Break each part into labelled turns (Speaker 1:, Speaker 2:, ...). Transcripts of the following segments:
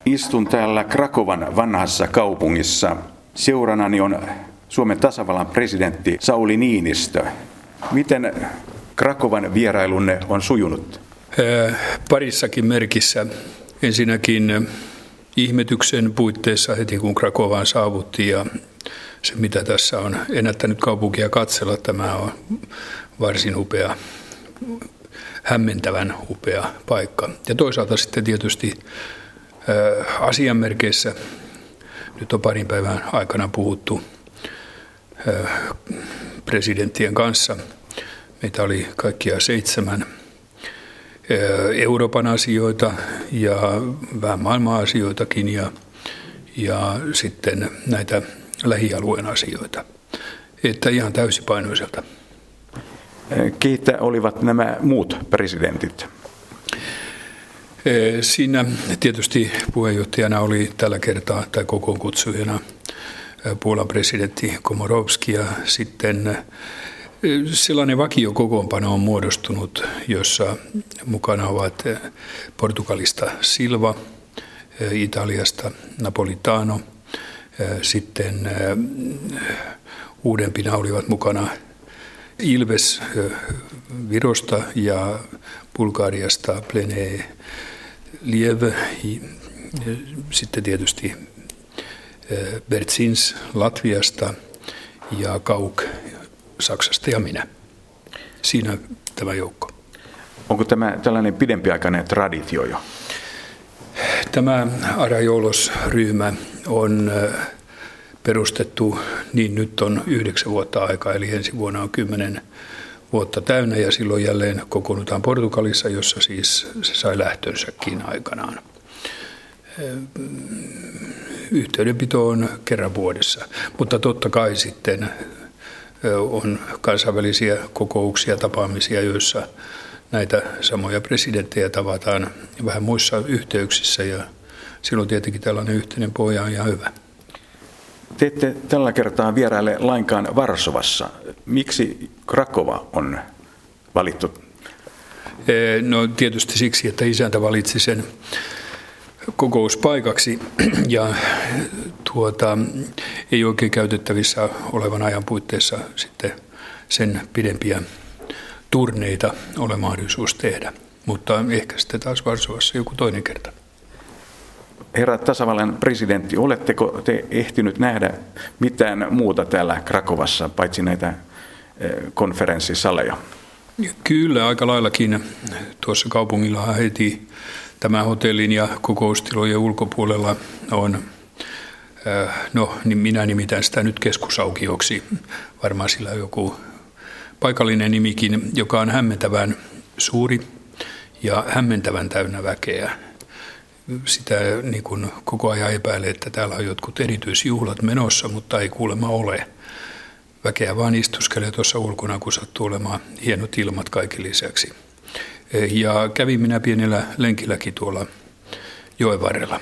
Speaker 1: Istun täällä Krakowan vanhassa kaupungissa. Seuranani on Suomen tasavallan presidentti Sauli Niinistö. Miten Krakowan vierailunne on sujunut?
Speaker 2: Parissakin merkissä. Ensinnäkin ihmetyksen puitteissa heti kun Krakowaan saavuttiin ja se mitä tässä on ennättänyt kaupunkia katsella, tämä on varsin upea, hämmentävän upea paikka. Ja toisaalta sitten tietysti asianmerkeissä, nyt on parin päivän aikana puhuttu presidenttien kanssa. Meitä oli kaikkia 7 Euroopan asioita ja vähän maailman asioitakin ja sitten näitä lähialueen asioita. Että ihan täysipainoiselta.
Speaker 1: Keitä olivat nämä muut presidentit?
Speaker 2: Siinä tietysti puheenjohtajana oli tällä kertaa tai kokoonkutsujana Puolan presidentti Komorowski ja sitten sellainen vakiokokoonpano on muodostunut, jossa mukana ovat Portugalista Silva, Italiasta Napolitano, sitten uudempina olivat mukana Ilves Virosta ja Bulgariasta Pleneliev, sitten tietysti Bertsins Latviasta ja Kauk Saksasta ja minä. Siinä tämä joukko.
Speaker 1: Onko tämä tällainen pidempiaikainen traditio jo?
Speaker 2: Tämä Arajoulos-ryhmä on perustettu, niin nyt on 9 vuotta aikaa, eli ensi vuonna on 10 vuotta täynnä ja silloin jälleen kokoonnutaan Portugalissa, jossa siis se sai lähtönsäkin aikanaan. Yhteydenpito on kerran vuodessa, mutta totta kai sitten on kansainvälisiä kokouksia, tapaamisia, joissa näitä samoja presidenttejä tavataan vähän muissa yhteyksissä ja silloin tietenkin tällainen yhteinen pohja on ihan hyvä.
Speaker 1: Te ette tällä kertaa vieraile lainkaan Varsovassa. Miksi Krakowa on valittu?
Speaker 2: No tietysti siksi, että isäntä valitsi sen kokouspaikaksi ja ei oikein käytettävissä olevan ajan puitteissa sitten sen pidempiä turneita ole mahdollisuus tehdä, mutta ehkä sitten taas Varsovassa joku toinen kerta.
Speaker 1: Herra tasavallan presidentti, oletteko te ehtinyt nähdä mitään muuta täällä Krakowassa, paitsi näitä konferenssisaleja?
Speaker 2: Kyllä, aika laillakin. Tuossa kaupungillahan heti tämän hotellin ja kokoustilojen ulkopuolella on, niin minä nimitän sitä nyt keskusaukioksi, varmaan sillä on joku paikallinen nimikin, joka on hämmentävän suuri ja hämmentävän täynnä väkeä. Sitä niin kuin koko ajan epäilee, että täällä on jotkut erityisjuhlat menossa, mutta ei kuulemma ole. Väkeä vaan istuskelee tuossa ulkona, kun sattuu olemaan hienot ilmat kaiken lisäksi. Ja kävin minä pienellä lenkilläkin tuolla joen varrella.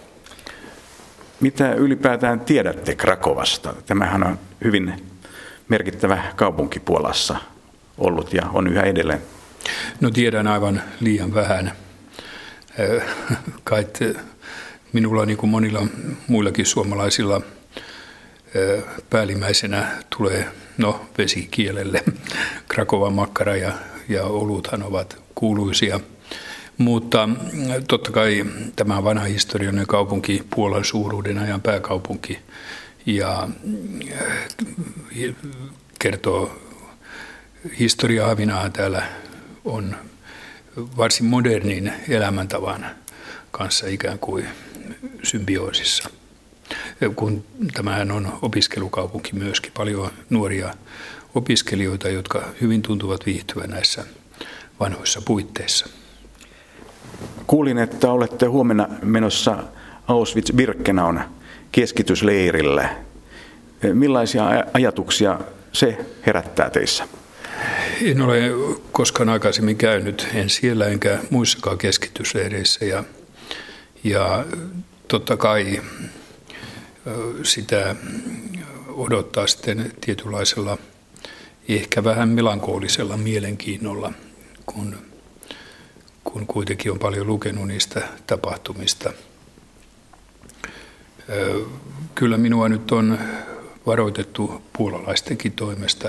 Speaker 1: Mitä ylipäätään tiedätte Krakowasta? Tämähän on hyvin merkittävä kaupunki Puolassa ollut ja on yhä edelleen.
Speaker 2: No tiedän aivan liian vähän. Kai minulla niin kuin monilla muillakin suomalaisilla päällimmäisenä tulee vesikielelle. Krakowan makkara ja oluthan ovat kuuluisia. Mutta totta kai tämä on vanha historiallinen kaupunki, Puolan suuruuden ajan pääkaupunki ja kertoo historiaa. Havinaahan täällä on varsin modernin elämäntavan kanssa ikään kuin symbioosissa. Kun tämähän on opiskelukaupunki myöskin, paljon nuoria opiskelijoita, jotka hyvin tuntuvat viihtyvän näissä vanhoissa puitteissa.
Speaker 1: Kuulin, että olette huomenna menossa Auschwitz-Birkenaun keskitysleirille. Millaisia ajatuksia se herättää teissä?
Speaker 2: En ole koskaan aikaisemmin käynyt, en siellä enkä muissakaan keskitysleireissä ja totta kai sitä odottaa sitten tietynlaisella ehkä vähän melankoolisella mielenkiinnolla, kun kuitenkin on paljon lukenut niistä tapahtumista Kyllä minua nyt on varoitettu puolalaistenkin toimesta,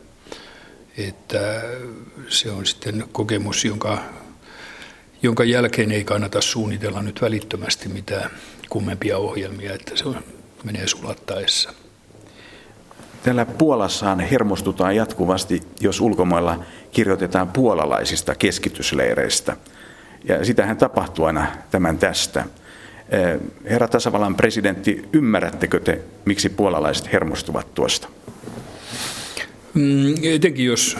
Speaker 2: että se on sitten kokemus, jonka jälkeen ei kannata suunnitella nyt välittömästi mitään kummempia ohjelmia, että se menee sulattaessa.
Speaker 1: Täällä Puolassahan hermostutaan jatkuvasti, jos ulkomailla kirjoitetaan puolalaisista keskitysleireistä. Ja sitähän tapahtuu aina tämän tästä. Herra tasavallan presidentti, ymmärrättekö te, miksi puolalaiset hermostuvat tuosta?
Speaker 2: Etenkin jos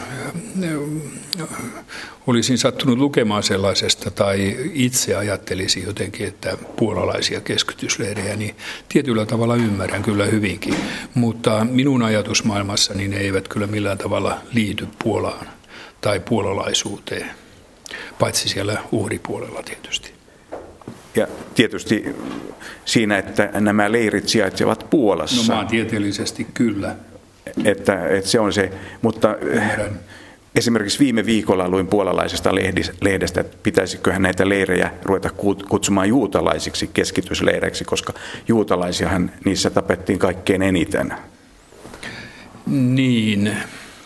Speaker 2: olisin sattunut lukemaan sellaisesta tai itse ajattelisin jotenkin, että puolalaisia keskitysleirejä, niin tietyllä tavalla ymmärrän kyllä hyvinkin. Mutta minun ajatusmaailmassani ne eivät kyllä millään tavalla liity Puolaan tai puolalaisuuteen, paitsi siellä uhripuolella tietysti.
Speaker 1: Ja tietysti siinä, että nämä leirit sijaitsevat Puolassa.
Speaker 2: No maantieteellisesti kyllä.
Speaker 1: Että se on se, mutta esimerkiksi viime viikolla luin puolalaisesta lehdestä, että pitäisiköhän näitä leirejä ruveta kutsumaan juutalaisiksi keskitysleireiksi, koska juutalaisiahan niissä tapettiin kaikkein eniten.
Speaker 2: Niin.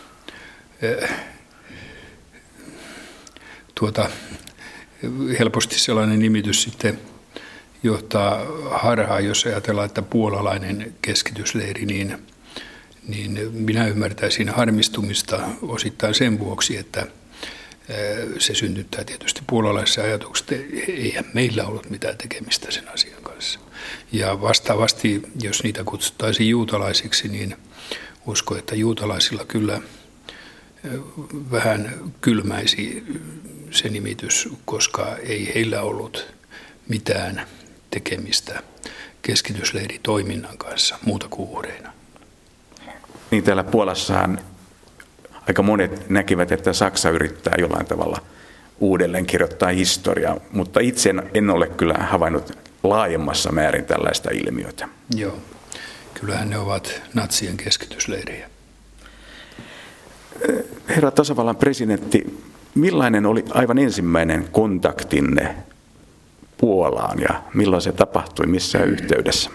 Speaker 2: Helposti sellainen nimitys sitten johtaa harhaan, jos ajatellaan, että puolalainen keskitysleiri, niin minä ymmärtäisin harmistumista osittain sen vuoksi, että se synnyttää tietysti puolalaisessa ajatuksessa, että eihän meillä ollut mitään tekemistä sen asian kanssa. Ja vastaavasti, jos niitä kutsuttaisiin juutalaisiksi, niin uskon, että juutalaisilla kyllä vähän kylmäisi se nimitys, koska ei heillä ollut mitään tekemistä keskitysleiritoiminnan kanssa muuta kuin uhreina.
Speaker 1: Niin täällä Puolassahan aika monet näkivät, että Saksa yrittää jollain tavalla uudelleen kirjoittaa historiaa, mutta itse en ole kyllä havainnut laajemmassa määrin tällaista ilmiötä.
Speaker 2: Joo, kyllähän ne ovat natsien keskitysleirejä.
Speaker 1: Herra tasavallan presidentti, millainen oli aivan ensimmäinen kontaktinne Puolaan ja milloin se tapahtui, missä yhteydessä?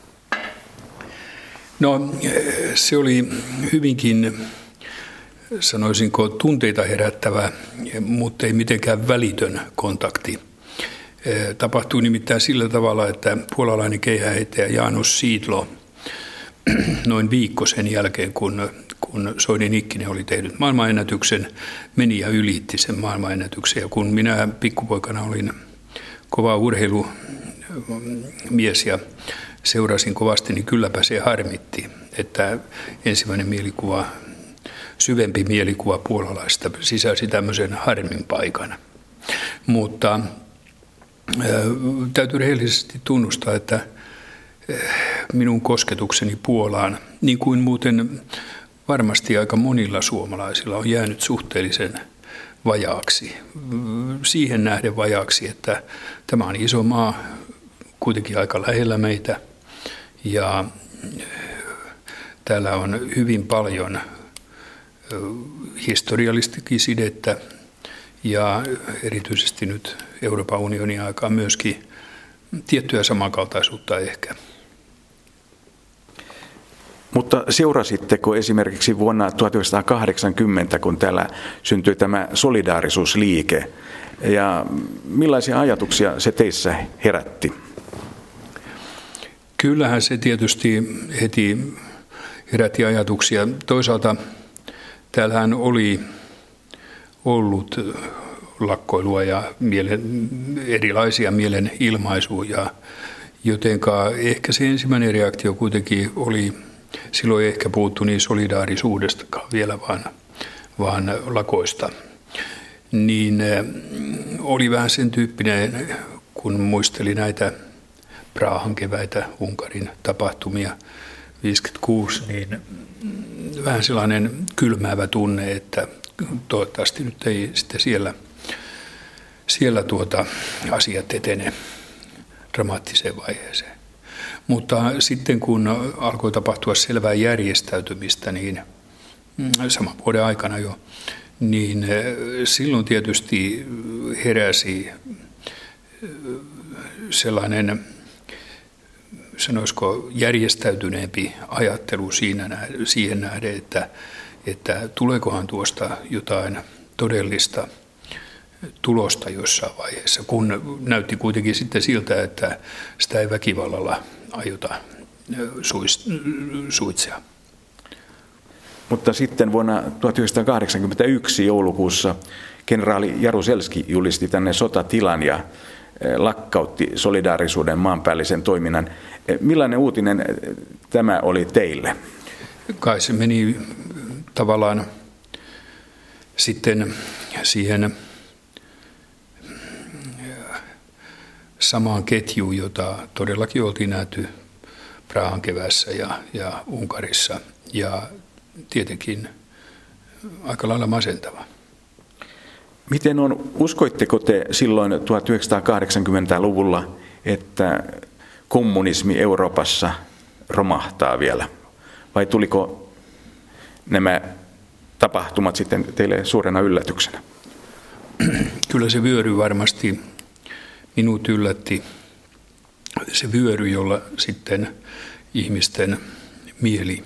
Speaker 2: No se oli hyvinkin, sanoisinko, tunteita herättävä, mutta ei mitenkään välitön kontakti. Tapahtui nimittäin sillä tavalla, että puolalainen keihäänheittäjä János Siidlo noin viikko sen jälkeen, kun Soini Nikkinen oli tehnyt maailmanennätyksen, meni ja ylitti sen maailmanennätyksen. Ja kun minä pikkupoikana olin kova urheilumies ja seurasin kovasti, niin kylläpä se harmitti, että ensimmäinen mielikuva, syvempi mielikuva puolalaista sisälsi tämmöisen harmin paikan. Mutta täytyy rehellisesti tunnustaa, että minun kosketukseni Puolaan, niin kuin muuten varmasti aika monilla suomalaisilla, on jäänyt suhteellisen vajaaksi. Siihen nähden vajaaksi, että tämä on iso maa, kuitenkin aika lähellä meitä. Ja täällä on hyvin paljon historiallistakin sidettä ja erityisesti nyt Euroopan unionin aikaan myöskin tiettyä samankaltaisuutta ehkä.
Speaker 1: Mutta seurasitteko esimerkiksi vuonna 1980, kun täällä syntyi tämä solidaarisuusliike, ja millaisia ajatuksia se teissä herätti?
Speaker 2: Kyllähän se tietysti heti herätti ajatuksia. Toisaalta täällähän oli ollut lakkoilua ja erilaisia mielenilmaisuja, jotenka ehkä se ensimmäinen reaktio kuitenkin oli, silloin ei ehkä puhuttu niin solidaarisuudestakaan vielä, vaan lakoista. Niin oli vähän sen tyyppinen, kun muisteli näitä Prahan keväitä, Unkarin tapahtumia 1956, niin vähän sellainen kylmäävä tunne, että toivottavasti nyt ei sitten siellä asiat etene dramaattiseen vaiheeseen. Mutta sitten kun alkoi tapahtua selvää järjestäytymistä, niin saman vuoden aikana jo, niin silloin tietysti heräsi sellainen sanoisiko järjestäytyneempi ajattelu siihen nähden, että tuleekohan tuosta jotain todellista tulosta jossain vaiheessa, kun näytti kuitenkin sitten siltä, että sitä ei väkivallalla aiota suitsia.
Speaker 1: Mutta sitten vuonna 1981 joulukuussa kenraali Jaruzelski julisti tänne sotatilan ja lakkautti Solidaarisuuden maanpäällisen toiminnan. Millainen uutinen tämä oli teille?
Speaker 2: Kai se meni tavallaan sitten siihen samaan ketjuun, jota todellakin oltiin nähty Prahan keväässä ja Unkarissa. Ja tietenkin aika lailla masentava.
Speaker 1: Miten uskoitteko te silloin 1980-luvulla, että kommunismi Euroopassa romahtaa vielä? Vai tuliko nämä tapahtumat sitten teille suurena yllätyksenä?
Speaker 2: Kyllä se vyöry varmasti minut yllätti. Se vyöry, jolla sitten ihmisten mieli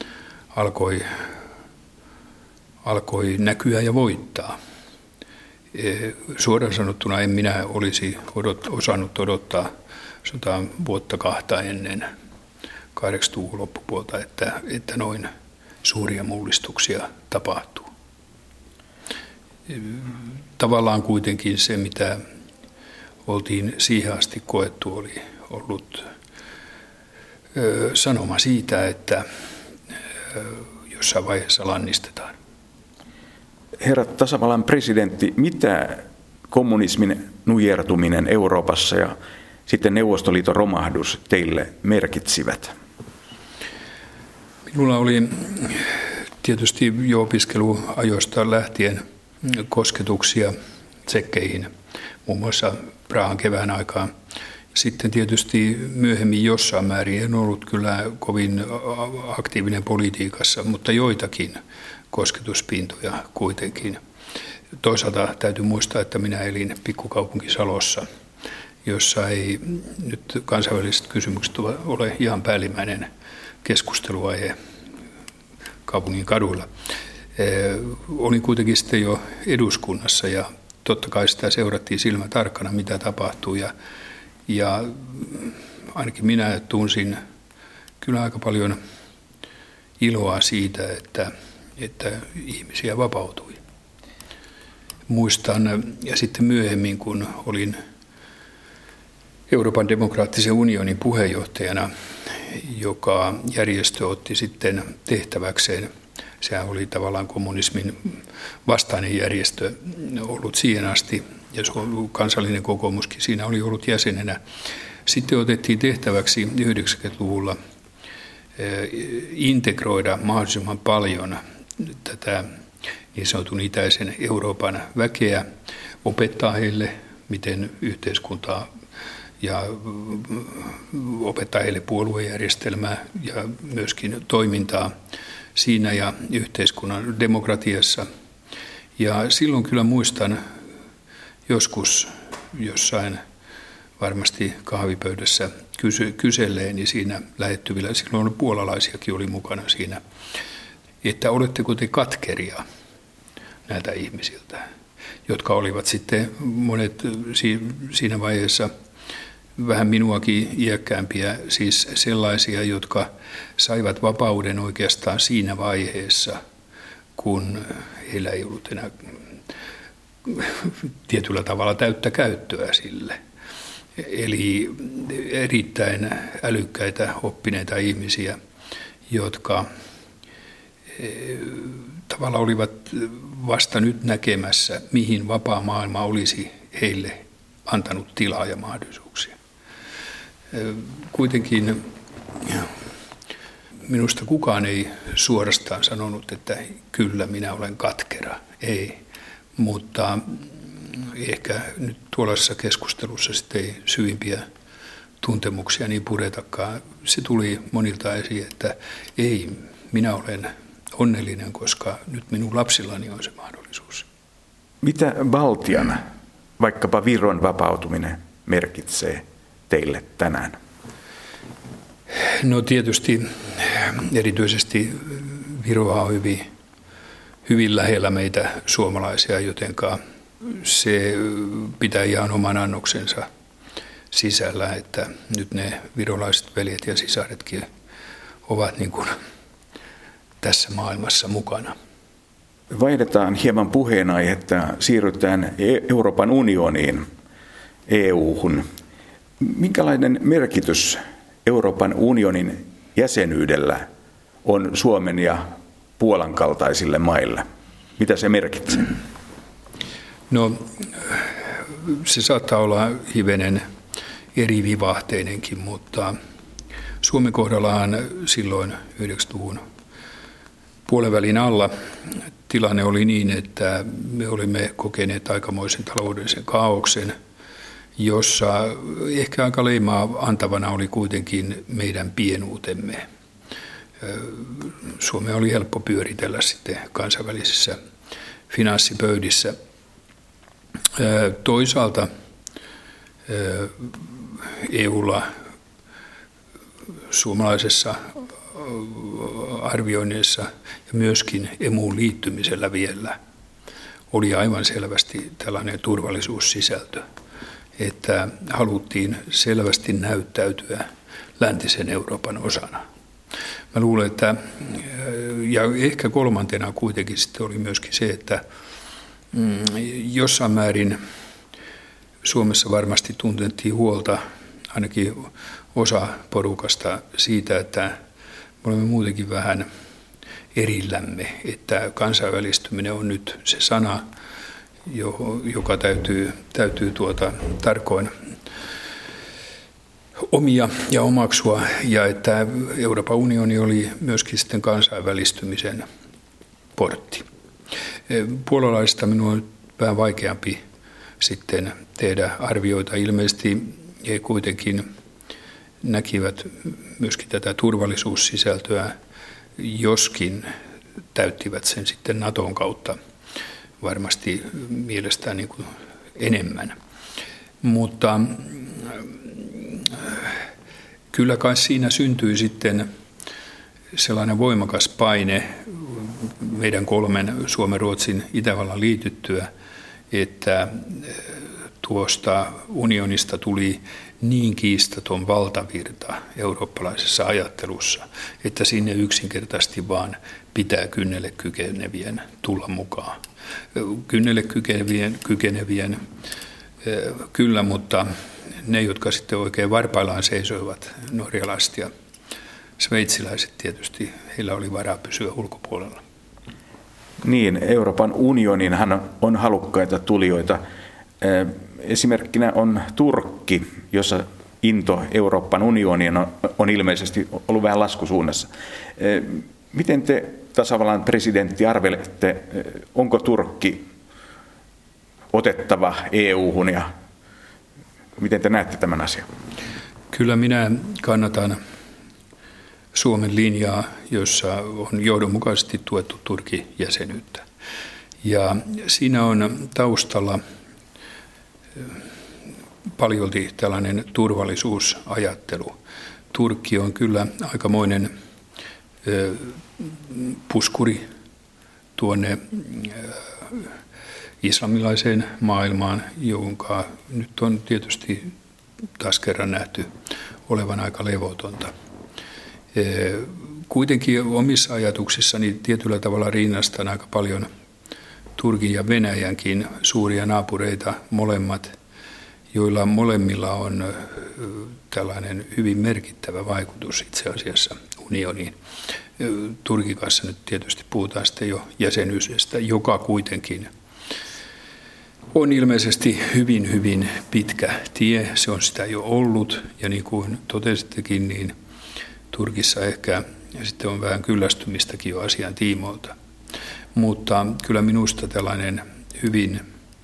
Speaker 2: alkoi näkyä ja voittaa. Suoraan sanottuna en minä olisi osannut odottaa 100 vuotta kahta ennen 80-luvun loppupuolta, että noin suuria mullistuksia tapahtuu. Tavallaan kuitenkin se, mitä oltiin siihen asti koettu, oli ollut sanoma siitä, että jossain vaiheessa lannistetaan.
Speaker 1: Herra tasavallan presidentti, mitä kommunismin nujertuminen Euroopassa ja sitten Neuvostoliiton romahdus teille merkitsivät?
Speaker 2: Minulla oli tietysti jo opiskeluajoista lähtien kosketuksia tsekkeihin, muun muassa Prahan kevään aikaan. Sitten tietysti myöhemmin jossain määrin en ollut kyllä kovin aktiivinen politiikassa, mutta joitakin kosketuspintoja kuitenkin. Toisaalta täytyy muistaa, että minä elin pikkukaupunki Salossa, jossa ei nyt kansainväliset kysymykset ole ihan päällimmäinen keskusteluaihe kaupungin kaduilla. Olin kuitenkin sitten jo eduskunnassa ja totta kai sitä seurattiin silmä tarkkana, mitä tapahtuu. Ja ainakin minä tunsin kyllä aika paljon iloa siitä, että ihmisiä vapautui. Muistan, ja sitten myöhemmin, kun olin Euroopan demokraattisen unionin puheenjohtajana, joka järjestö otti sitten tehtäväkseen, sehän oli tavallaan kommunismin vastainen järjestö ollut siihen asti, ja kansallinen kokoomuskin siinä oli ollut jäsenenä. Sitten otettiin tehtäväksi 90-luvulla integroida mahdollisimman paljon tätä niin sanotun itäisen Euroopan väkeä, opettaa heille, miten yhteiskuntaa ja opettaa heille puoluejärjestelmää ja myöskin toimintaa siinä ja yhteiskunnan demokratiassa. Ja silloin kyllä muistan joskus jossain varmasti kahvipöydässä kyselleeni siinä lähettyvillä, silloin puolalaisiakin oli mukana siinä, että oletteko te katkeria näiltä ihmisiltä, jotka olivat sitten monet siinä vaiheessa vähän minuakin iäkkäämpiä, siis sellaisia, jotka saivat vapauden oikeastaan siinä vaiheessa, kun heillä ei ollut enää tietyllä tavalla täyttä käyttöä sille. Eli erittäin älykkäitä, oppineita ihmisiä, jotka tavallaan olivat vasta nyt näkemässä, mihin vapaa maailma olisi heille antanut tilaa ja mahdollisuuksia. Kuitenkin minusta kukaan ei suorastaan sanonut, että kyllä minä olen katkera. Ei, mutta ehkä nyt tuollaisessa keskustelussa sitten ei syvimpiä tuntemuksia niin puretakaan. Se tuli monilta esiin, että ei, minä olen onnellinen, koska nyt minun lapsillani on se mahdollisuus.
Speaker 1: Mitä Baltian, vaikkapa Viron vapautuminen merkitsee teille tänään?
Speaker 2: No tietysti erityisesti Viroa on hyvin lähellä meitä suomalaisia, jotenka se pitää ihan oman annoksensa sisällä, että nyt ne virolaiset veljet ja sisaretkin ovat niin kuin tässä maailmassa mukana.
Speaker 1: Vaihdetaan hieman puheenaihetta, siirrytään Euroopan unioniin, EU-hun. Minkälainen merkitys Euroopan unionin jäsenyydellä on Suomen ja Puolan kaltaisille maille? Mitä se merkitsee?
Speaker 2: No, se saattaa olla hivenen eri vivahteinenkin, mutta Suomen kohdallahan silloin 90-luvun puolenvälin alla tilanne oli niin, että me olimme kokeneet aikamoisen taloudellisen kaaoksen, jossa ehkä aika leimaa antavana oli kuitenkin meidän pienuutemme. Suomea oli helppo pyöritellä sitten kansainvälisissä finanssipöydissä. Toisaalta EUlla suomalaisessa arvioinneissa ja myöskin EMUun liittymisellä vielä oli aivan selvästi tällainen turvallisuussisältö, että haluttiin selvästi näyttäytyä läntisen Euroopan osana. Mä luulen, että, ja ehkä kolmantena kuitenkin sitten oli myöskin se, että jossain määrin Suomessa varmasti tuntettiin huolta, ainakin osa porukasta siitä, että me olemme muutenkin vähän erillämme, että kansainvälistyminen on nyt se sana, joka täytyy tarkoin omia ja omaksua, ja että Euroopan unioni oli myöskin sitten kansainvälistymisen portti. Puolalaisista minun on vähän vaikeampi sitten tehdä arvioita. Ilmeisesti he kuitenkin näkivät myöskin tätä turvallisuussisältöä, joskin täyttivät sen sitten Naton kautta varmasti mielestään niin kuin enemmän. Mutta kyllä kai siinä syntyi sitten sellainen voimakas paine meidän kolmen Suomen, Ruotsin, Itävallan liityttyä, että tuosta unionista tuli niin kiistaton valtavirta eurooppalaisessa ajattelussa, että sinne yksinkertaisesti vaan pitää kynnelle kykenevien tulla mukaan. Kynnelle kykenevien kyllä, mutta ne, jotka sitten oikein varpaillaan seisoivat, norjalaiset ja sveitsiläiset tietysti, heillä oli varaa pysyä ulkopuolella.
Speaker 1: Niin, Euroopan unioninhan on halukkaita tulijoita. Esimerkkinä on Turkki, jossa into Euroopan unioniin on ilmeisesti ollut vähän laskusuunnassa. Miten te, tasavallan presidentti, arvelette, onko Turkki otettava EU-hun ja miten te näette tämän asian?
Speaker 2: Kyllä minä kannatan Suomen linjaa, jossa on johdonmukaisesti tuettu Turkin jäsenyyttä. Ja siinä on taustalla paljolti tällainen turvallisuusajattelu. Turkki on kyllä aikamoinen puskuri tuonne islamilaiseen maailmaan, jonka nyt on tietysti taas kerran nähty olevan aika levotonta. Kuitenkin omissa ajatuksissani tietyllä tavalla rinnastan aika paljon Turkin ja Venäjänkin suuria naapureita molemmat, joilla molemmilla on tällainen hyvin merkittävä vaikutus itse asiassa unioniin. Turkin kanssa nyt tietysti puhutaan sitten jo jäsenyydestä, joka kuitenkin on ilmeisesti hyvin, hyvin pitkä tie. Se on sitä jo ollut, ja niin kuin totesittekin, niin Turkissa ehkä sitten on vähän kyllästymistäkin jo asian tiimoilta. Mutta kyllä minusta tällainen hyvin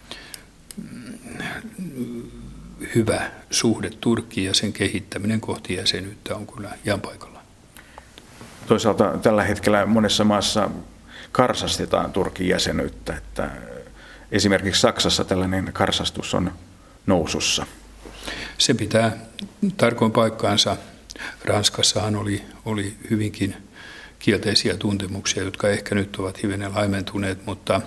Speaker 2: hyvä suhde Turkkiin ja sen kehittäminen kohti jäsenyyttä on kyllä ihan paikallaan.
Speaker 1: Toisaalta tällä hetkellä monessa maassa karsastetaan Turkin jäsenyyttä, että esimerkiksi Saksassa tällainen karsastus on nousussa.
Speaker 2: Se pitää tarkoin paikkaansa. Ranskassahan oli hyvinkin kielteisiä tuntemuksia, jotka ehkä nyt ovat hivenen laimentuneet, mutta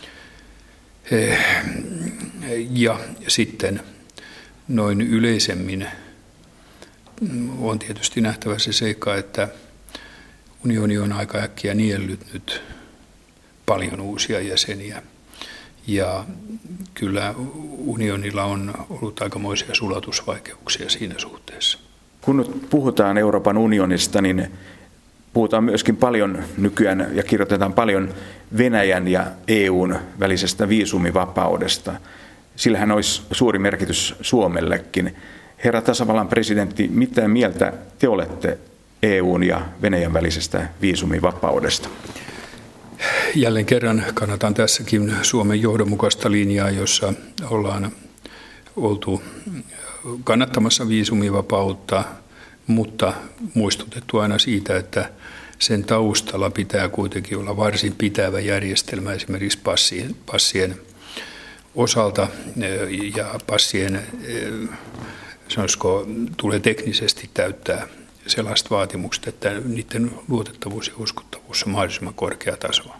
Speaker 2: ja sitten noin yleisemmin on tietysti nähtävä se seikka, että unioni on aika äkkiä niellyt nyt paljon uusia jäseniä. Ja kyllä unionilla on ollut aikamoisia sulatusvaikeuksia siinä suhteessa.
Speaker 1: Kun nyt puhutaan Euroopan unionista, niin puhutaan myöskin paljon nykyään ja kirjoitetaan paljon Venäjän ja EUn välisestä viisumivapaudesta. Sillähän olisi suuri merkitys Suomellekin. Herra tasavallan presidentti, mitä mieltä te olette EUn ja Venäjän välisestä viisumivapaudesta?
Speaker 2: Jälleen kerran kannatan tässäkin Suomen johdonmukaista linjaa, jossa ollaan oltu kannattamassa viisumivapautta, mutta muistutettu aina siitä, että sen taustalla pitää kuitenkin olla varsin pitävä järjestelmä esimerkiksi passien osalta, ja passien, sanoisiko, tulee teknisesti täyttää sellaiset vaatimukset, että niiden luotettavuus ja uskottavuus on mahdollisimman korkea tasoa.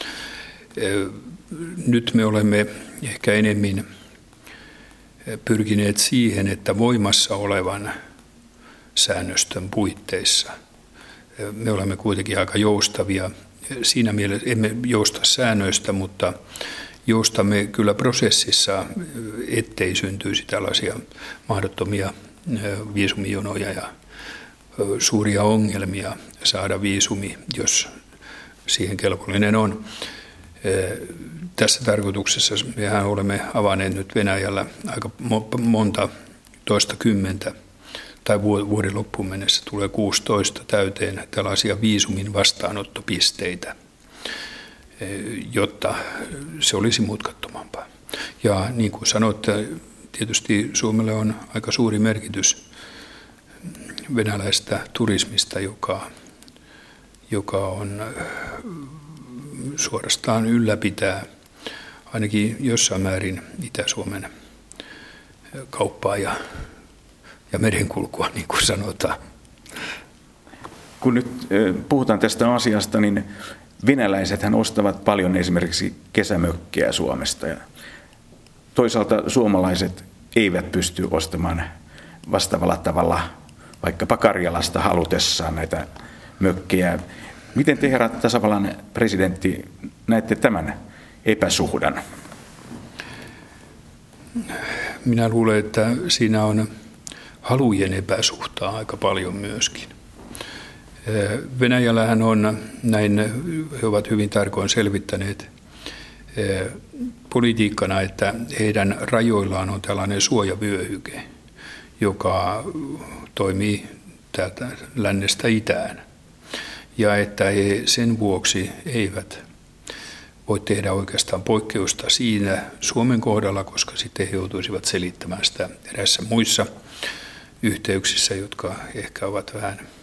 Speaker 2: Nyt me olemme ehkä enemmän pyrkineet siihen, että voimassa olevan säännöstön puitteissa me olemme kuitenkin aika joustavia. Siinä mielessä emme jousta säännöistä, mutta joustamme kyllä prosessissa, ettei syntyisi tällaisia mahdottomia viisumijonoja ja suuria ongelmia saada viisumi, jos siihen kelpollinen on. Tässä tarkoituksessa mehän olemme avanneet nyt Venäjällä aika monta toistakymmentä, tai vuoden loppuun mennessä tulee 16 täyteen tällaisia viisumin vastaanottopisteitä, jotta se olisi mutkattomampaa. Ja niin kuin sanoitte, tietysti Suomelle on aika suuri merkitys venäläistä turismista, joka on suorastaan ylläpitää ainakin jossain määrin Itä-Suomen kauppaa ja merenkulkua, niin kuin sanotaan.
Speaker 1: Kun nyt puhutaan tästä asiasta, niin venäläisethän ostavat paljon esimerkiksi kesämökkejä Suomesta. Ja toisaalta suomalaiset eivät pysty ostamaan vastaavalla tavalla vaikkapa Karjalasta halutessaan näitä mökkejä. Miten te, herra tasavallan presidentti, näette tämän epäsuhdan?
Speaker 2: Minä luulen, että siinä on halujen epäsuhtaa aika paljon myöskin. Venäjällähän on, näin he ovat hyvin tarkoin selvittäneet politiikkana, että heidän rajoillaan on tällainen suojavyöhyke, joka toimii täältä lännestä itään. Ja että he sen vuoksi eivät voi tehdä oikeastaan poikkeusta siinä Suomen kohdalla, koska sitten he joutuisivat selittämään sitä eräissä muissa yhteyksissä, jotka ehkä ovat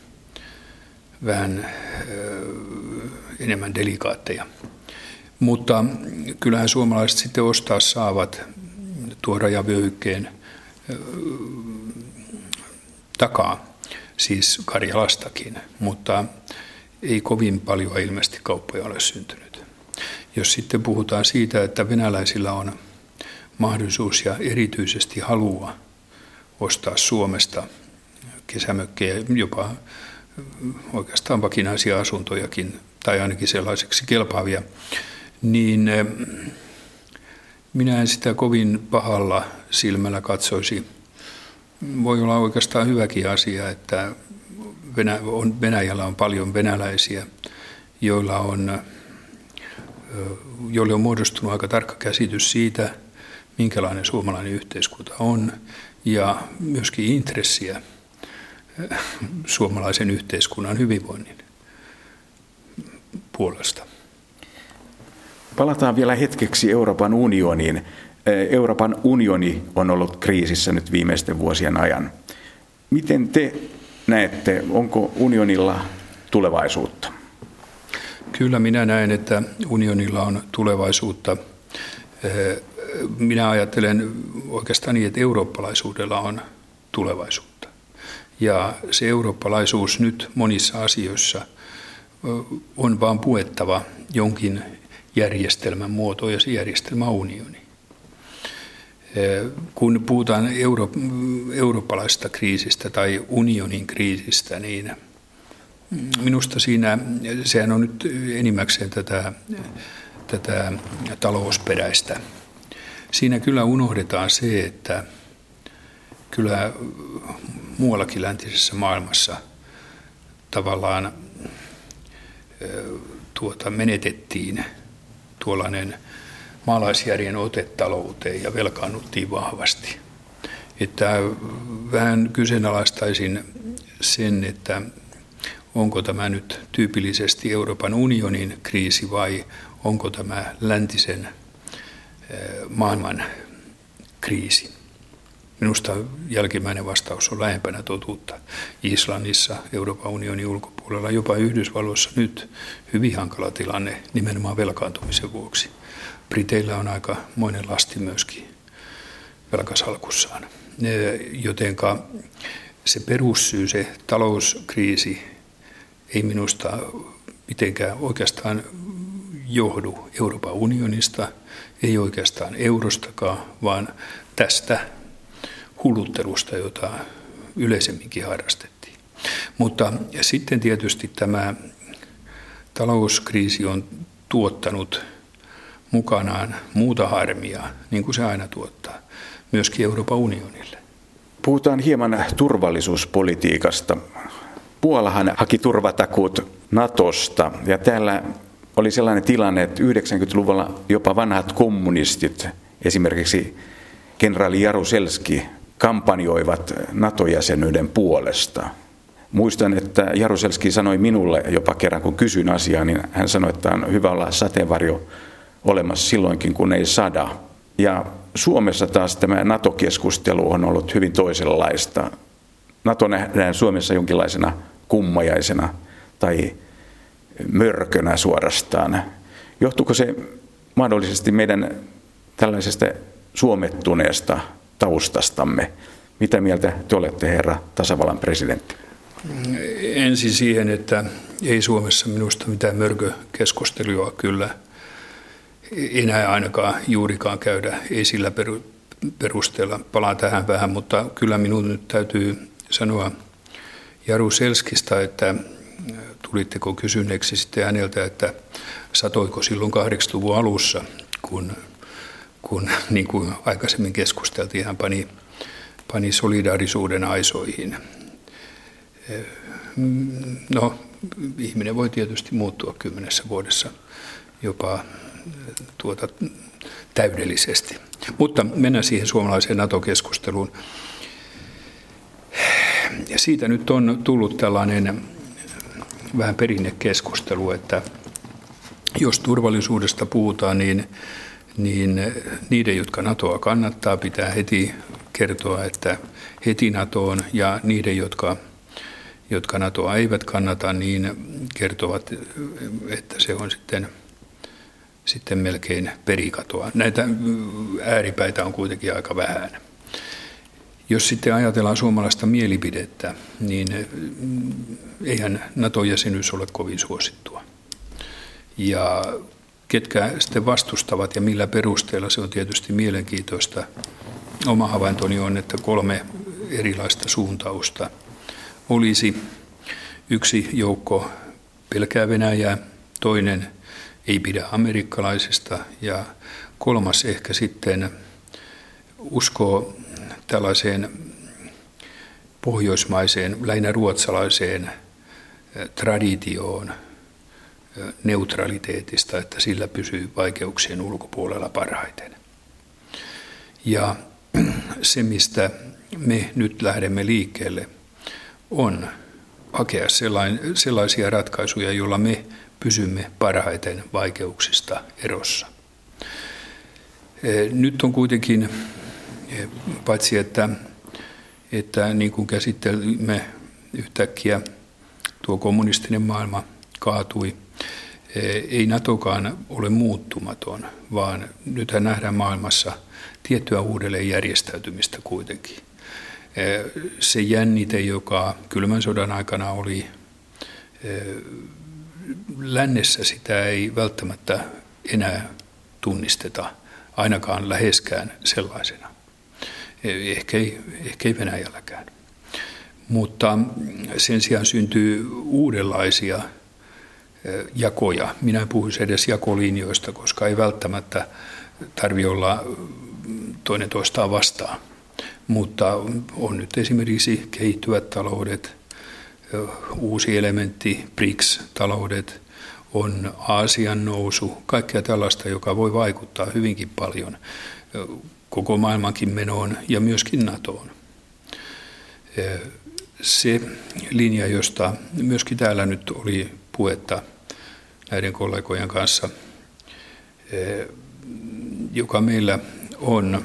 Speaker 2: vähän enemmän delikaatteja. Mutta kyllähän suomalaiset sitten ostaa saavat tuon rajavyöhykkeen takaa, siis Karjalastakin, mutta ei kovin paljon ilmeisesti kauppoja ole syntynyt. Jos sitten puhutaan siitä, että venäläisillä on mahdollisuus ja erityisesti halua ostaa Suomesta kesämökkejä, jopa oikeastaan vakinaisia asuntojakin, tai ainakin sellaiseksi kelpaavia, niin minä en sitä kovin pahalla silmällä katsoisi. Voi olla oikeastaan hyväkin asia, että Venäjällä on paljon venäläisiä, joille on muodostunut aika tarkka käsitys siitä, minkälainen suomalainen yhteiskunta on, ja myöskin intressiä suomalaisen yhteiskunnan hyvinvoinnin puolesta.
Speaker 1: Palataan vielä hetkeksi Euroopan unioniin. Euroopan unioni on ollut kriisissä nyt viimeisten vuosien ajan. Miten te näette, onko unionilla tulevaisuutta?
Speaker 2: Kyllä minä näen, että unionilla on tulevaisuutta. Minä ajattelen oikeastaan niin, että eurooppalaisuudella on tulevaisuutta. Ja se eurooppalaisuus nyt monissa asioissa on vaan puettava jonkin järjestelmän muotoon, ja se järjestelmä on unioni. Kun puhutaan eurooppalaisesta kriisistä tai unionin kriisistä, niin minusta sehän on nyt enimmäkseen tätä talousperäistä. Siinä kyllä unohdetaan se, että kyllä muuallakin läntisessä maailmassa tavallaan menetettiin tuollainen maalaisjärjen ote talouteen ja velkaannuttiin vahvasti. Että vähän kyseenalaistaisin sen, että onko tämä nyt tyypillisesti Euroopan unionin kriisi vai onko tämä läntisen maailman kriisi. Minusta jälkimmäinen vastaus on lähempänä totuutta. Islannissa, Euroopan unionin ulkopuolella, jopa Yhdysvalloissa nyt hyvin hankala tilanne nimenomaan velkaantumisen vuoksi. Briteillä on aika moinen lasti myöskin velkasalkussaan. Jotenka se perussyy, se talouskriisi, ei minusta mitenkään oikeastaan johdu Euroopan unionista, ei oikeastaan eurostakaan, vaan tästä hulluttelusta, jota yleisemminkin harrastettiin. Mutta sitten tietysti tämä talouskriisi on tuottanut mukanaan muuta harmia, niin kuin se aina tuottaa, myöskin Euroopan unionille.
Speaker 1: Puhutaan hieman turvallisuuspolitiikasta. Puolahan haki turvatakuut Natosta, ja täällä oli sellainen tilanne, että 90-luvulla jopa vanhat kommunistit, esimerkiksi kenraali Jaruzelski, kampanjoivat NATO-jäsenyyden puolesta. Muistan, että Jaruzelski sanoi minulle jopa kerran, kun kysyin asiaa, niin hän sanoi, että on hyvä olla sateenvarjo olemassa silloinkin, kun ei sada. Ja Suomessa taas tämä NATO-keskustelu on ollut hyvin toisenlaista. NATO nähdään Suomessa jonkinlaisena kummajaisena tai mörkönä suorastaan. Johtuuko se mahdollisesti meidän tällaisesta suomettuneesta taustastamme? Mitä mieltä te olette, herra tasavallan presidentti?
Speaker 2: Ensin siihen, että ei Suomessa minusta mitään mörkökeskustelua kyllä enää ainakaan juurikaan käydä, ei sillä perusteella. Palaan tähän vähän, mutta kyllä minun nyt täytyy sanoa Jaruzelskista, että tulitteko kysyneeksi sitten häneltä, että satoiko silloin 80-luvun alussa, kun niin kuin aikaisemmin keskusteltiin, hän pani solidaarisuuden aisoihin. No, ihminen voi tietysti muuttua 10 vuodessa jopa täydellisesti. Mutta mennään siihen suomalaiseen NATO-keskusteluun. Ja siitä nyt on tullut tällainen vähän perinnekeskustelu, että jos turvallisuudesta puhutaan, niin niiden, jotka NATOa kannattaa, pitää heti kertoa, että heti NATOon, ja niiden, jotka NATOa eivät kannata, niin kertovat, että se on sitten melkein perikatoa. Näitä ääripäitä on kuitenkin aika vähän. Jos sitten ajatellaan suomalaista mielipidettä, niin eihän NATO-jäsenyys ole kovin suosittua. Ja ketkä sitten vastustavat ja millä perusteella, se on tietysti mielenkiintoista. Oma havaintoni on, että 3 erilaista suuntausta olisi. Yksi joukko pelkää Venäjää, toinen ei pidä amerikkalaisista ja 3 ehkä sitten uskoo tällaiseen pohjoismaiseen, lähinnä ruotsalaiseen traditioon neutraliteetista, että sillä pysyy vaikeuksien ulkopuolella parhaiten. Ja se, mistä me nyt lähdemme liikkeelle, on hakea sellaisia ratkaisuja, joilla me pysymme parhaiten vaikeuksista erossa. Nyt on kuitenkin, paitsi että niin kuin käsittelimme yhtäkkiä, tuo kommunistinen maailma kaatui, ei NATOkaan ole muuttumaton, vaan nythän nähdään maailmassa tiettyä uudelleen järjestäytymistä kuitenkin. Se jännite, joka kylmän sodan aikana oli lännessä, sitä ei välttämättä enää tunnisteta, ainakaan läheskään sellaisena. Ehkä ei Venäjälläkään. Mutta sen sijaan syntyy uudenlaisia jakoja. Minä en puhuisi edes jakolinjoista, koska ei välttämättä tarvitse olla toinen toistaan vastaan. Mutta on nyt esimerkiksi kehittyvät taloudet, uusi elementti, BRICS-taloudet, on Aasian nousu, kaikkea tällaista, joka voi vaikuttaa hyvinkin paljon koko maailmankin menoon ja myöskin NATOon. Se linja, josta myöskin täällä nyt oli puhetta näiden kollegojen kanssa, joka meillä on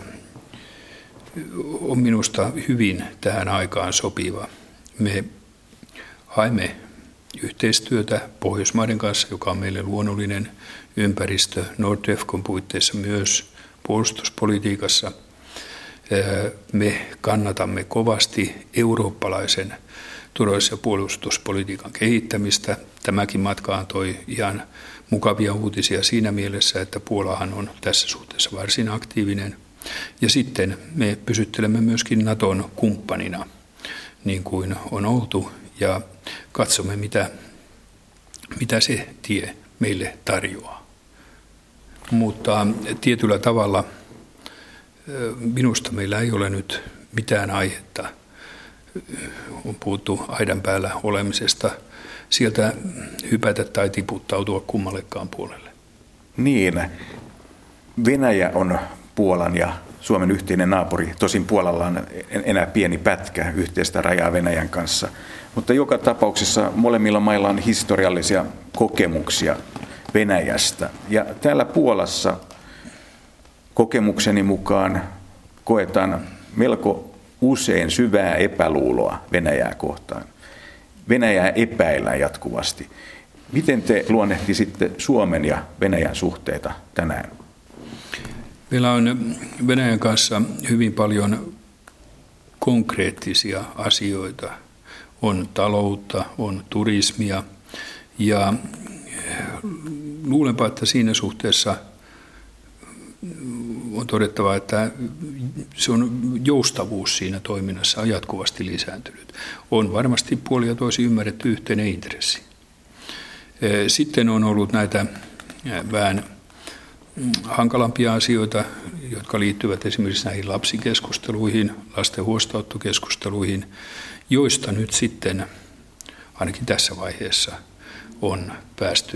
Speaker 2: minusta hyvin tähän aikaan sopiva. Me haemme yhteistyötä Pohjoismaiden kanssa, joka on meille luonnollinen ympäristö, NORDEFCOn puitteissa myös puolustuspolitiikassa. Me kannatamme kovasti eurooppalaisen turvallisuus- ja puolustuspolitiikan kehittämistä. Tämäkin matka antoi ihan mukavia uutisia siinä mielessä, että Puolahan on tässä suhteessa varsin aktiivinen. Ja sitten me pysyttelemme myöskin NATOn kumppanina, niin kuin on oltu, ja katsomme, mitä se tie meille tarjoaa. Mutta tietyllä tavalla minusta meillä ei ole nyt mitään aihetta. On puhuttu aidan päällä olemisesta, sieltä hypätä tai tiputtautua kummallekaan puolelle.
Speaker 1: Niin, Venäjä on Puolan ja Suomen yhteinen naapuri. Tosin Puolalla on enää pieni pätkä yhteistä rajaa Venäjän kanssa. Mutta joka tapauksessa molemmilla mailla on historiallisia kokemuksia Venäjästä. Ja täällä Puolassa kokemukseni mukaan koetaan melko usein syvää epäluuloa Venäjää kohtaan. Venäjää epäillään jatkuvasti. Miten te luonnehtisitte Suomen ja Venäjän suhteita tänään?
Speaker 2: Meillä on Venäjän kanssa hyvin paljon konkreettisia asioita. On taloutta, on turismia ja luulenpa, että siinä suhteessa on todettava, että se on joustavuus siinä toiminnassa on jatkuvasti lisääntynyt. On varmasti puolin ja toisin ymmärretty yhteinen intressi. Sitten on ollut näitä vähän hankalampia asioita, jotka liittyvät esimerkiksi näihin lapsikeskusteluihin, lasten huostaanottokeskusteluihin, joista nyt sitten ainakin tässä vaiheessa on päästy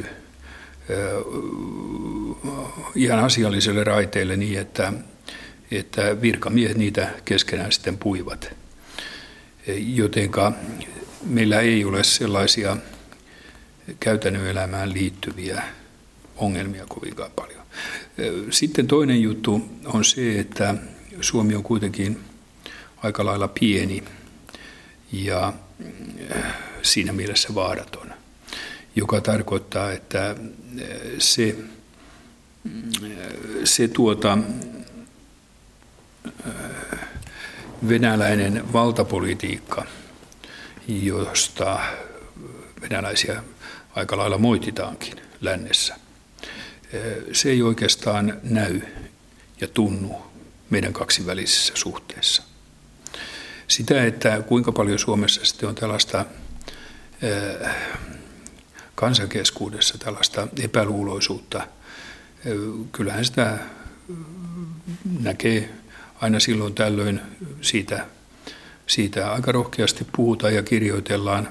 Speaker 2: ihan asialliselle raiteelle niin, että virkamiehet niitä keskenään sitten puivat. Jotenka meillä ei ole sellaisia käytännön elämään liittyviä ongelmia kovinkaan paljon. Sitten toinen juttu on se, että Suomi on kuitenkin aika lailla pieni ja siinä mielessä vaaraton, joka tarkoittaa, että se venäläinen valtapolitiikka, josta venäläisiä aika lailla moititaankin lännessä, se ei oikeastaan näy ja tunnu meidän kaksivälisissä suhteissa. Sitä, että kuinka paljon Suomessa sitten on tällaista kansankeskuudessa tällaista epäluuloisuutta, kyllähän sitä näkee aina silloin tällöin siitä aika rohkeasti puhutaan ja kirjoitellaan,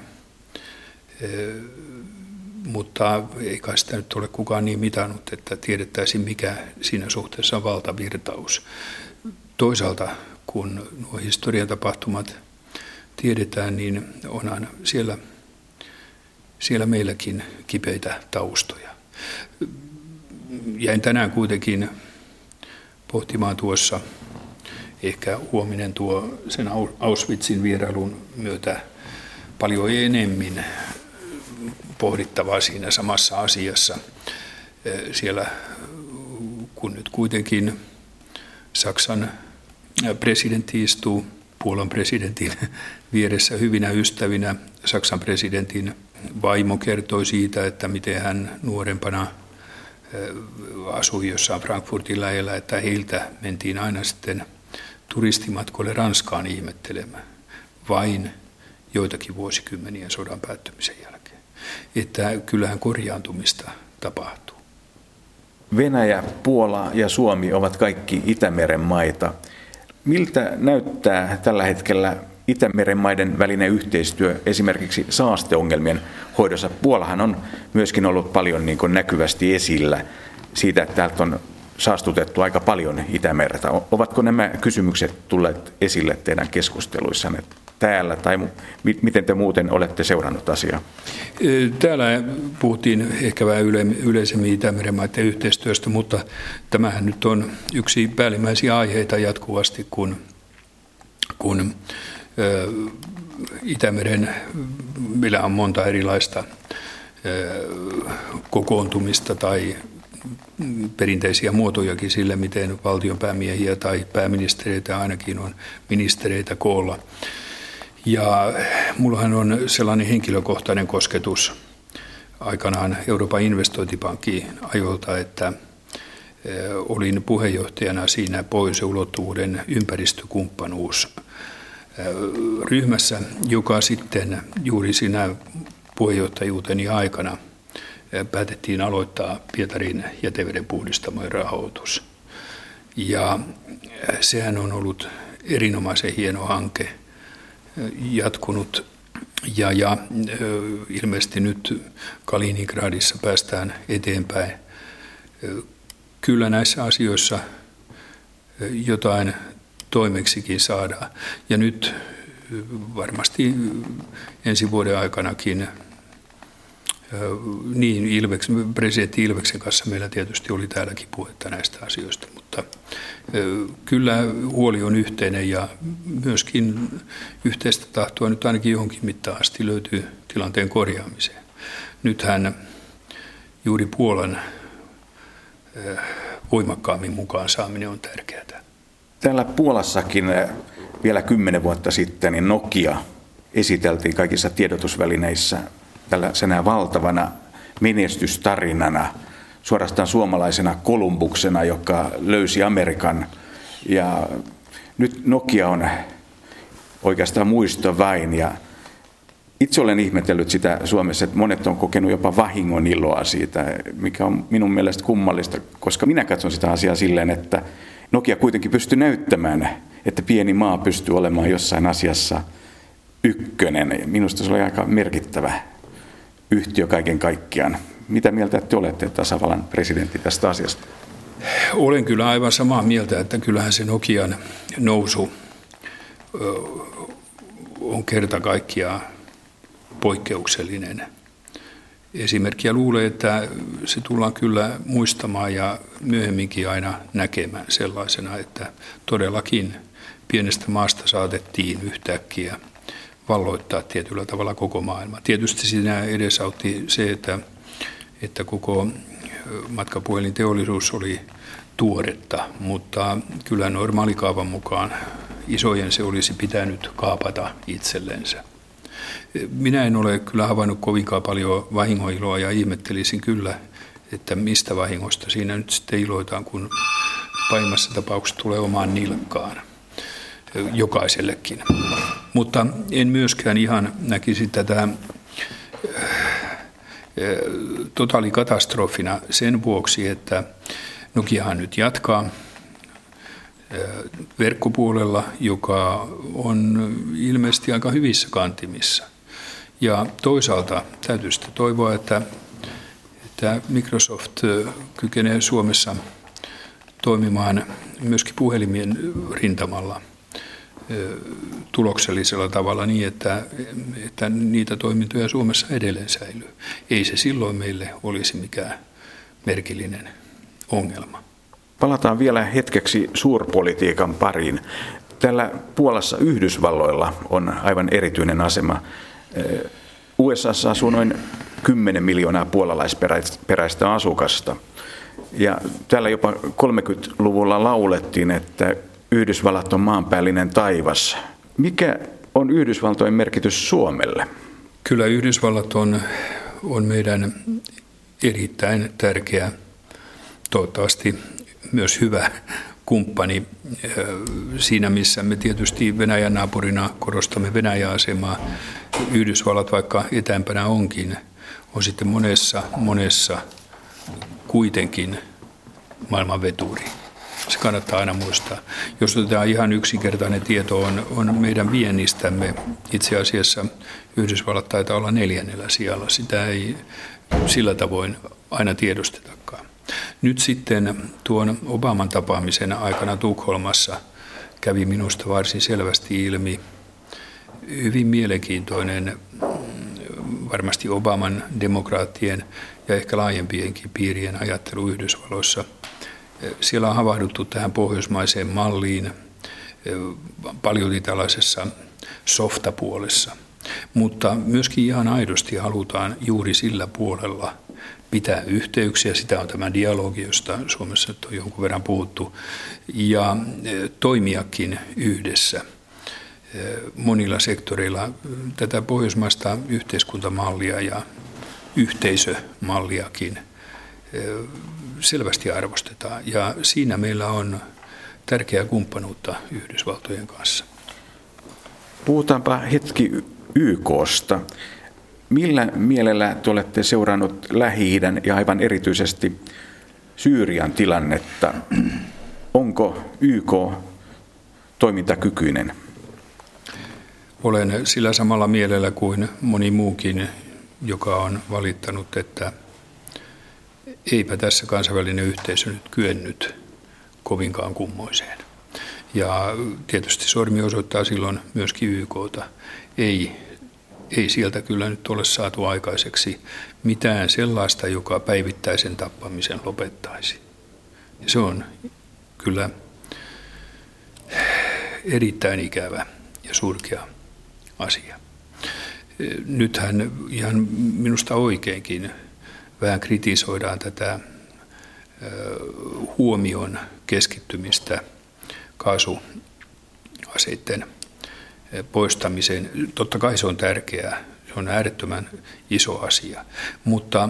Speaker 2: mutta ei kai sitä nyt ole kukaan niin mitannut, että tiedettäisiin mikä siinä suhteessa on valtavirtaus. Toisaalta kun nuo historian tapahtumat tiedetään, niin onhan siellä meilläkin kipeitä taustoja. Jäin tänään kuitenkin pohtimaan tuossa, ehkä huominen tuo sen Auschwitzin vierailun myötä paljon enemmän pohdittavaa siinä samassa asiassa. Siellä kun nyt kuitenkin Saksan presidentti istuu Puolan presidentin vieressä hyvinä ystävinä. Saksan presidentin vaimo kertoi siitä, että miten hän nuorempana asui jossain Frankfurtin lähellä, että heiltä mentiin aina sitten turistimatkoille Ranskaan ihmettelemään vain joitakin vuosikymmeniä sodan päättymisen jälkeen. Että kyllähän korjaantumista tapahtuu.
Speaker 1: Venäjä, Puola ja Suomi ovat kaikki Itämeren maita. Miltä näyttää tällä hetkellä Itämeren maiden välinen yhteistyö esimerkiksi saasteongelmien hoidossa? Puolahan on myöskin ollut paljon näkyvästi esillä siitä, että täältä on saastutettu aika paljon Itämerta. Ovatko nämä kysymykset tulleet esille teidän keskusteluissanne täällä, tai miten te muuten olette seurannut asiaa?
Speaker 2: Täällä puhuttiin ehkä vähän yleisemmin Itämeren maiden yhteistyöstä, mutta tämähän nyt on yksi päällimmäisiä aiheita jatkuvasti, kun Itämeren, meillä on monta erilaista kokoontumista tai perinteisiä muotojakin sille, miten valtionpäämiehiä tai pääministereitä ainakin on ministereitä koolla. Ja mullahan on sellainen henkilökohtainen kosketus aikanaan Euroopan investointipankkiin ajoilta, että olin puheenjohtajana siinä pohjoisen ulottuvuuden ympäristökumppanuusryhmässä, joka sitten juuri siinä puheenjohtajuuteni aikana päätettiin aloittaa Pietarin jätevedenpuhdistamojen rahoitus. Ja sehän on ollut erinomaisen hieno hanke, jatkunut ja ilmeisesti nyt Kaliningradissa päästään eteenpäin. Kyllä näissä asioissa jotain toimeksikin saadaan. Ja nyt varmasti ensi vuoden aikanakin niin presidentti Ilveksen kanssa meillä tietysti oli täälläkin puhetta näistä asioista, mutta kyllä huoli on yhteinen ja myöskin yhteistä tahtoa nyt ainakin johonkin mittaan asti löytyy tilanteen korjaamiseen. Nythän juuri Puolan voimakkaammin mukaan saaminen on tärkeää.
Speaker 1: Täällä Puolassakin vielä 10 vuotta sitten niin Nokia esiteltiin kaikissa tiedotusvälineissä tällaisena valtavana menestystarinana, suorastaan suomalaisena Kolumbuksena, joka löysi Amerikan. Ja nyt Nokia on oikeastaan muisto vain. Ja itse olen ihmetellyt sitä Suomessa, että monet on kokenut jopa vahingon iloa siitä, mikä on minun mielestä kummallista, koska minä katson sitä asiaa silleen, että Nokia kuitenkin pystyy näyttämään, että pieni maa pystyy olemaan jossain asiassa ykkönen. Minusta se oli aika merkittävä yhtiö kaiken kaikkiaan. Mitä mieltä te olette, tasavallan presidentti, tästä asiasta?
Speaker 2: Olen kyllä aivan samaa mieltä, että kyllähän se Nokian nousu on kerta kaikkiaan poikkeuksellinen esimerkki. Ja luulen, että se tullaan kyllä muistamaan ja myöhemminkin aina näkemään sellaisena, että todellakin pienestä maasta saatettiin yhtäkkiä valloittaa tietyllä tavalla koko maailma. Tietysti siinä edesautti se, että koko matkapuhelinteollisuus oli tuoretta, mutta kyllä normaalikaavan mukaan isojen se olisi pitänyt kaapata itsellensä. Minä en ole kyllä havainnut kovinkaan paljon vahingoiloa ja ihmettelisin kyllä, että mistä vahingosta siinä nyt sitten iloitaan, kun pahimmassa tapauksessa tulee omaan nilkkaan jokaisellekin. Mutta en myöskään ihan näkisi tätä totaalikatastrofina sen vuoksi, että Nokiahan nyt jatkaa verkkopuolella, joka on ilmeisesti aika hyvissä kantimissa. Ja toisaalta täytyy sitten toivoa, että Microsoft kykenee Suomessa toimimaan myöskin puhelimien rintamalla tuloksellisella tavalla niin, että niitä toimintoja Suomessa edelleen säilyy. Ei se silloin meille olisi mikään merkillinen ongelma.
Speaker 1: Palataan vielä hetkeksi suurpolitiikan pariin. Täällä Puolassa Yhdysvalloilla on aivan erityinen asema. USAssa asuu noin 10 miljoonaa puolalaisperäistä asukasta. Ja täällä jopa 30-luvulla laulettiin, että Yhdysvallat on maanpäällinen taivas, Mikä on Yhdysvaltojen merkitys Suomelle?
Speaker 2: Kyllä Yhdysvallat on meidän erittäin tärkeä, toivottavasti myös hyvä kumppani siinä, missä me tietysti Venäjän naapurina korostamme Venäjän asemaa. Yhdysvallat, vaikka etäämpänä onkin, on sitten monessa kuitenkin maailman veturi. Se kannattaa aina muistaa. Jos otetaan ihan yksinkertainen tieto, on meidän viennistämme. Itse asiassa Yhdysvallat taitaa olla 4. sijalla. Sitä ei sillä tavoin aina tiedostetakaan. Nyt sitten tuon Obaman tapaamisen aikana Tukholmassa kävi minusta varsin selvästi ilmi hyvin mielenkiintoinen varmasti Obaman demokraattien ja ehkä laajempienkin piirien ajattelu Yhdysvalloissa. Siellä on havahduttu tähän pohjoismaiseen malliin paljolti tällaisessa softapuolessa, mutta myöskin ihan aidosti halutaan juuri sillä puolella pitää yhteyksiä. Sitä on tämä dialogi, josta Suomessa nyt on jonkun verran puhuttu, ja toimiakin yhdessä monilla sektoreilla. Tätä pohjoismaista yhteiskuntamallia ja yhteisömalliakin selvästi arvostetaan, ja siinä meillä on tärkeää kumppanuutta Yhdysvaltojen kanssa.
Speaker 1: Puhutaanpa hetki YK:sta. Millä mielellä te olette seurannut Lähi-idän ja aivan erityisesti Syyrian tilannetta? Onko YK toimintakykyinen?
Speaker 2: Olen sillä samalla mielellä kuin moni muukin, joka on valittanut, että eipä tässä kansainvälinen yhteisö nyt kyennyt kovinkaan kummoiseen. Ja tietysti sormi osoittaa silloin myöskin YK:ta. Ei sieltä kyllä nyt ole saatu aikaiseksi mitään sellaista, joka päivittäisen tappamisen lopettaisi. Ja se on kyllä erittäin ikävä ja surkea asia. Nythän ihan minusta oikeinkin vähän kritisoidaan tätä huomion keskittymistä kaasuaseiden poistamiseen. Totta kai se on tärkeää, se on äärettömän iso asia, mutta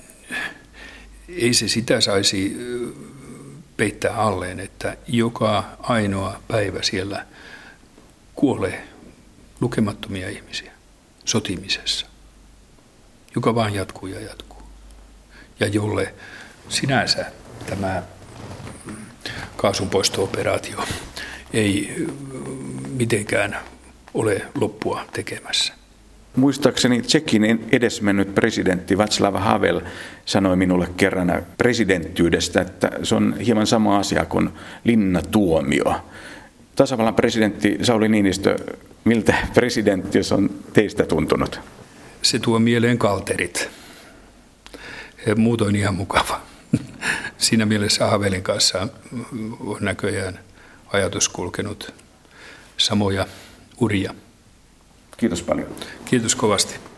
Speaker 2: ei se sitä saisi peittää alleen, että joka ainoa päivä siellä kuolee lukemattomia ihmisiä sotimisessa, joka vaan jatkuu ja jatkuu. Ja jolle sinänsä tämä kaasunpoisto-operaatio ei mitenkään ole loppua tekemässä.
Speaker 1: Muistaakseni Tšekin edesmennyt presidentti Václav Havel sanoi minulle kerran presidenttyydestä, että se on hieman sama asia kuin linnatuomio. Tasavallan presidentti Sauli Niinistö, miltä presidenttiys on teistä tuntunut?
Speaker 2: Se tuo mieleen kalterit. Muutoin ihan mukava. Siinä mielessä Havelin kanssa on näköjään ajatus kulkenut samoja uria.
Speaker 1: Kiitos paljon.
Speaker 2: Kiitos kovasti.